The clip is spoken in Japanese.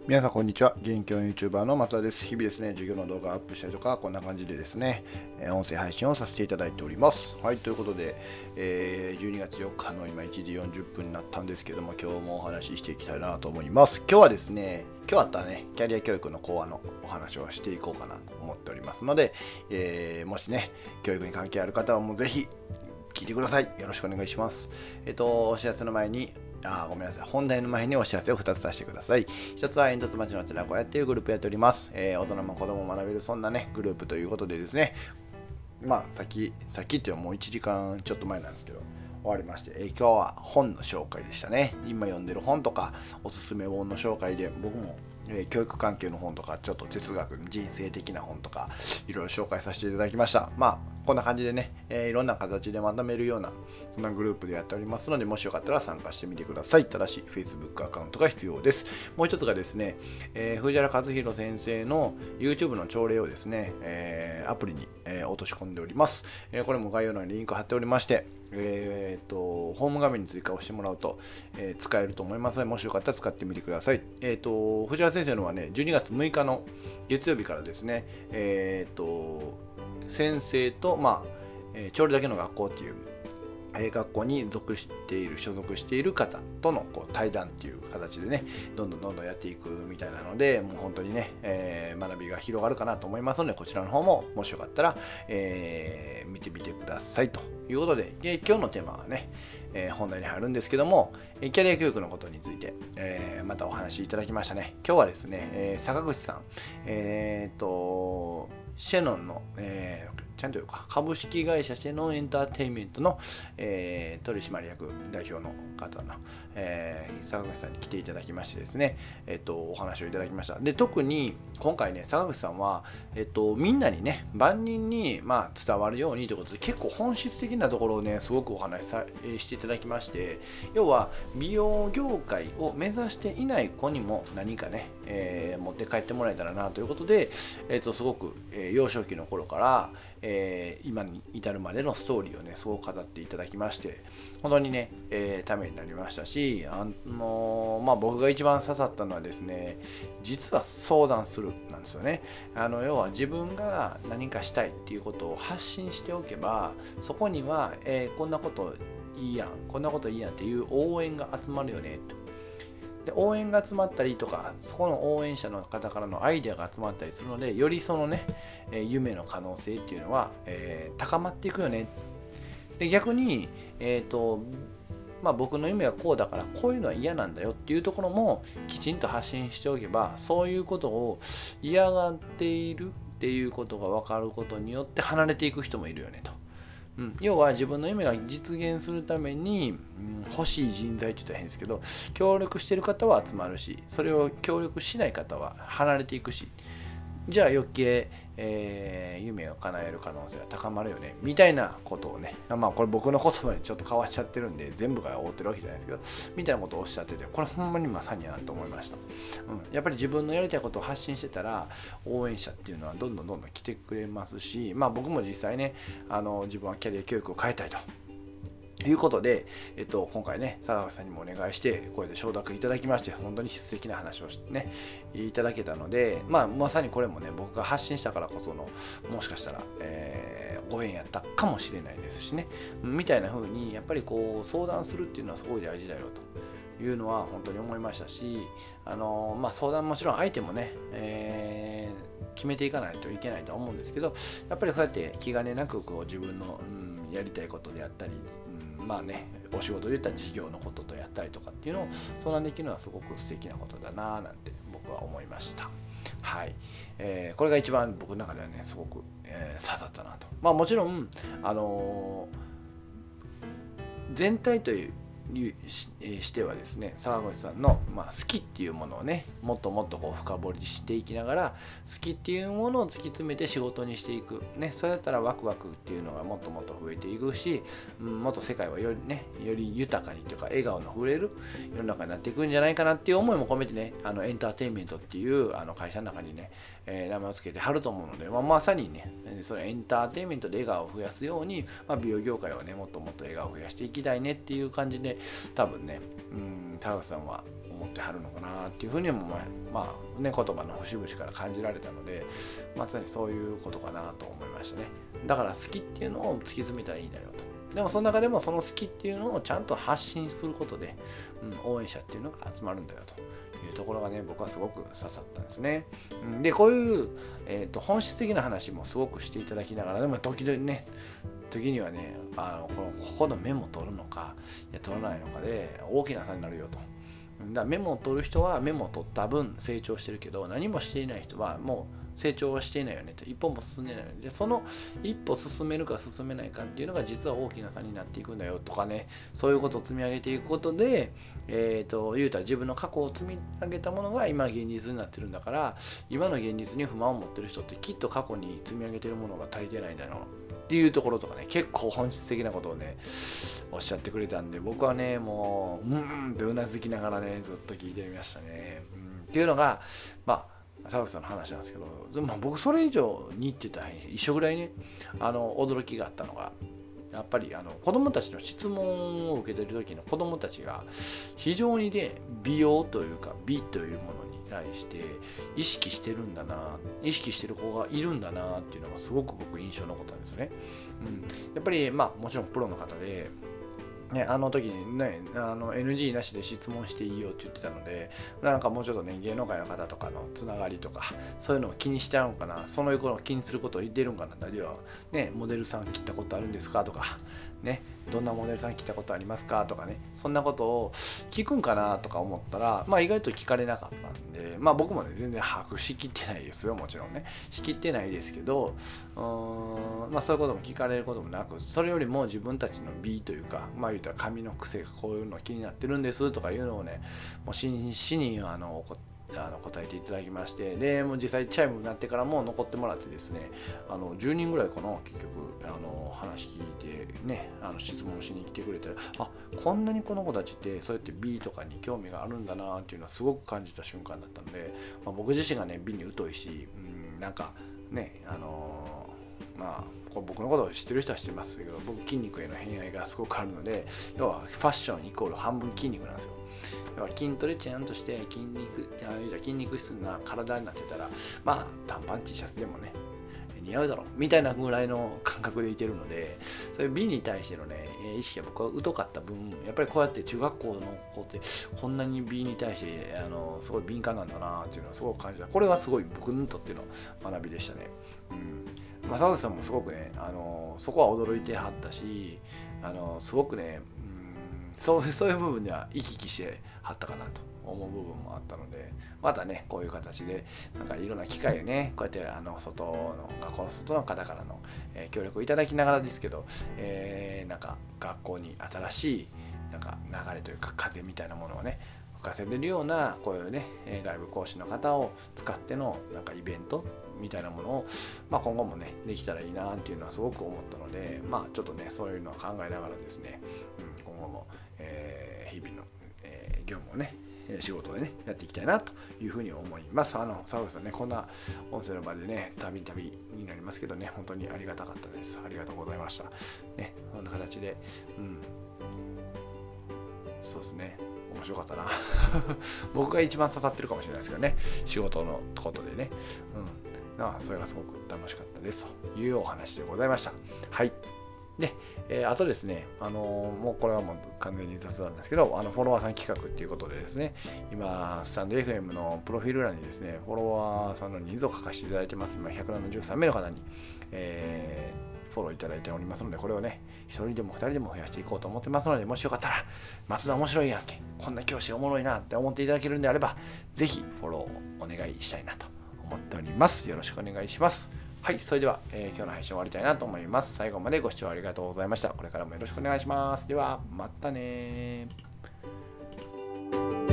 皆さんこんにちは。現役教員 YouTuber の松田です。日々ですね、授業の動画をアップしたりとか、こんな感じでですね、音声配信をさせていただいております。はい、ということで、12月4日の今1時40分になったんですけども、今日もお話ししていきたいなと思います。今日はですね、今日あったね、キャリア教育の講話のお話をしていこうかなと思っておりますので、もしね、教育に関係ある方はもうぜひ聞いてください。よろしくお願いします。お知らせの前に、ごめんなさい。本題の前にお知らせを2つさせてください。1つは煙突町の寺子屋っていうグループやっております。大人も子供も学べるそんなね、グループということでですね、さっきっていうのはもう1時間ちょっと前なんですけど、終わりまして、今日は本の紹介でしたね。今読んでる本とか、おすすめ本の紹介で、僕も教育関係の本とか、ちょっと哲学、人生的な本とか、いろいろ紹介させていただきました。こんな感じでね、いろんな形でまとめるような、そんなグループでやっておりますので、もしよかったら参加してみてください。ただし、Facebook アカウントが必要です。もう一つがですね、藤原和弘先生の YouTube の朝礼をですね、アプリに、落とし込んでおります。これも概要欄にリンク貼っておりまして、ホーム画面に追加をしてもらうと、使えると思いますので、もしよかったら使ってみてください。藤原先生のはね、12月6日の月曜日からですね、先生と、朝礼だけの学校っていう、学校に所属している方との対談っていう形でね、どんどんやっていくみたいなので、もう本当にね、学びが広がるかなと思いますので、こちらの方ももしよかったら、見てみてくださいということで、今日のテーマはね、本題に入るんですけども、キャリア教育のことについて、またお話しいただきましたね。今日はですね、坂口さん、シェノンの、ちゃんというか株式会社シェノンエンターテインメントの、取締役代表の方の、坂口さんに来ていただきましてですね、お話をいただきました。で、特に今回ね、坂口さんは、みんなにね、万人に、伝わるようにということで、結構本質的なところをね、すごくお話していただきまして、要は美容業界を目指していない子にも何かね、持って帰ってもらえたらなということで、すごく、幼少期の頃から、今に至るまでのストーリーをね、すごく語っていただきまして、本当にね、ためになりましたし、僕が一番刺さったのはですね、実は相談するなんですよね。要は自分が何かしたいっていうことを発信しておけば、そこには、こんなこといいやん、こんなこといいやんっていう応援が集まるよねと。で応援が集まったりとか、そこの応援者の方からのアイデアが集まったりするので、よりそのね、夢の可能性っていうのは、高まっていくよね。で逆に、僕の夢はこうだからこういうのは嫌なんだよっていうところもきちんと発信しておけば、そういうことを嫌がっているっていうことが分かることによって離れていく人もいるよねと。要は自分の夢が実現するために、欲しい人材って言ったら変ですけど、協力している方は集まるし、それを協力しない方は離れていくし、じゃあ余計、夢を叶える可能性は高まるよねみたいなことをね、これ僕の言葉にちょっと変わっちゃってるんで全部が覆ってるわけじゃないですけど、みたいなことをおっしゃってて、これほんまにまさにやなと思いました。やっぱり自分のやりたいことを発信してたら、応援者っていうのはどんどん来てくれますし、僕も実際ね、自分はキャリア教育を変えたいとということで、今回ね、佐川さんにもお願いして、これで承諾いただきまして、本当に素敵な話をしてね、いただけたので、まさにこれもね、僕が発信したからこその、もしかしたら、ご縁やったかもしれないですしね、みたいな風に、やっぱり相談するっていうのはすごい大事だよというのは本当に思いましたし、相談もちろん相手もね、決めていかないといけないとは思うんですけど、やっぱりこうやって気兼ねなく自分の、やりたいことであったり、お仕事で言ったら事業のこととやったりとかっていうのを相談できるのはすごく素敵なことだなぁなんて僕は思いました。はい、これが一番僕の中ではねすごく、刺さったなと。もちろん全体というしてはですね、坂口さんの、好きっていうものをね、もっともっと深掘りしていきながら、好きっていうものを突き詰めて仕事にしていく、ね、そうやったらワクワクっていうのがもっともっと増えていくし、もっと世界はより豊かにというか笑顔の触れる世の中になっていくんじゃないかなっていう思いも込めてね、エンターテインメントっていう会社の中にね、名前を付けて貼ると思うので、まさにね、それエンターテインメントで笑顔を増やすように、美容業界はね、もっともっと笑顔を増やしていきたいねっていう感じで、多分ね、高橋さんは思ってはるのかなっていうふうにもまあね言葉の節々から感じられたので、まさにそういうことかなと思いましたね。だから好きっていうのを突き詰めたらいいんだよと。でもその中でもその好きっていうのをちゃんと発信することで、応援者っていうのが集まるんだよというところがね、僕はすごく刺さったんですね。でこういう、本質的な話もすごくしていただきながら、でも時々ね時にはねここのメモ取るのか取らないのかで大きな差になるよと。だからメモを取る人はメモを取った分成長してるけど、何もしていない人はもう成長はしていないよねと、一歩も進んでないので、その一歩進めるか進めないかっていうのが実は大きな差になっていくんだよとかね、そういうことを積み上げていくことで、言うたら自分の過去を積み上げたものが今現実になってるんだから、今の現実に不満を持ってる人ってきっと過去に積み上げてるものが足りてないんだろうっていうところとかね、結構本質的なことをねおっしゃってくれたんで、僕はねもうってうなずきながらねずっと聞いてみましたね。っていうのがまあ沢口さんの話なんですけど、僕それ以上にって言ったら一緒ぐらいね驚きがあったのが、やっぱり子どもたちの質問を受けてる時の子どもたちが非常にね美容というか美というものに対して意識してるんだな、意識してる子がいるんだなっていうのがすごく僕印象に残ったんですね。やっぱりもちろんプロの方でね、時にねNG なしで質問していいよって言ってたので、なんかもうちょっとね芸能界の方とかのつながりとかそういうのを気にしちゃうのかな、その横の気にすることを言ってるんかな、あるいはねモデルさん切ったことあるんですかとかね、どんなモデルさん切ったことありますかとかね、そんなことを聞くんかなとか思ったら、意外と聞かれなかったんで、僕もね全然把握しきってないですよ、もちろんねしきってないですけど、そういうことも聞かれることもなく、それよりも自分たちの美というか、言ったら髪の癖がこういうの気になってるんですとかいうのをね、もう真摯に答えていただきまして、でもう実際チャイムになってからも残ってもらってですね、10人ぐらいかな結局話聞いてね質問しに来てくれて、こんなにこの子たちってそうやって美とかに興味があるんだなっていうのはすごく感じた瞬間だったので、僕自身がね美に疎いし、なんかね僕のことを知ってる人は知ってますけど、僕筋肉への偏愛がすごくあるので、要はファッションイコール半分筋肉なんですよ。要は筋トレちゃんとして筋肉質な体になってたら短パン T シャツでもね似合うだろうみたいなぐらいの感覚でいてるので、そういう美に対してのね意識が僕は疎かった分、やっぱりこうやって中学校の子ってこんなに美に対してすごい敏感なんだなっていうのはすごく感じた。これはすごい僕にとっての学びでしたね。沢口さんもすごくねそこは驚いてはったし、すごくねそういう部分では行き来してはったかなと思う部分もあったので、またねこういう形でなんかいろんな機会をねこうやって学校の外の方からの、協力をいただきながらですけど、なんか学校に新しいなんか流れというか風みたいなものをね吹かせれるようなこういうね外部講師の方を使ってのなんかイベントみたいなものを、今後もねできたらいいなっていうのはすごく思ったので、ちょっとねそういうのを考えながらですね、今後も、日々の、業務をね仕事でねやっていきたいなというふうに思います。沢口さんねこんな音声の場でねたびになりますけどね、本当にありがたかったです。ありがとうございましたね。こんな形でそうですね、面白かったな僕が一番刺さってるかもしれないですけどね、仕事のことでね、それがすごく楽しかったですというお話でございました。はい。で、あとですね、もうこれはもう完全に雑談ですけど、フォロワーさん企画っていうことでですね、今、スタンド FM のプロフィール欄にですね、フォロワーさんの人数を書かせていただいてます。今、173名の方に、フォローいただいておりますので、これをね、1人でも2人でも増やしていこうと思ってますので、もしよかったら、松田面白いやんけ、こんな教師おもろいなって思っていただけるんであれば、ぜひフォローお願いしたいなと思っております。よろしくお願いします。はい、それでは、今日の配信終わりたいなと思います。最後までご視聴ありがとうございました。これからもよろしくお願いします。では、またね。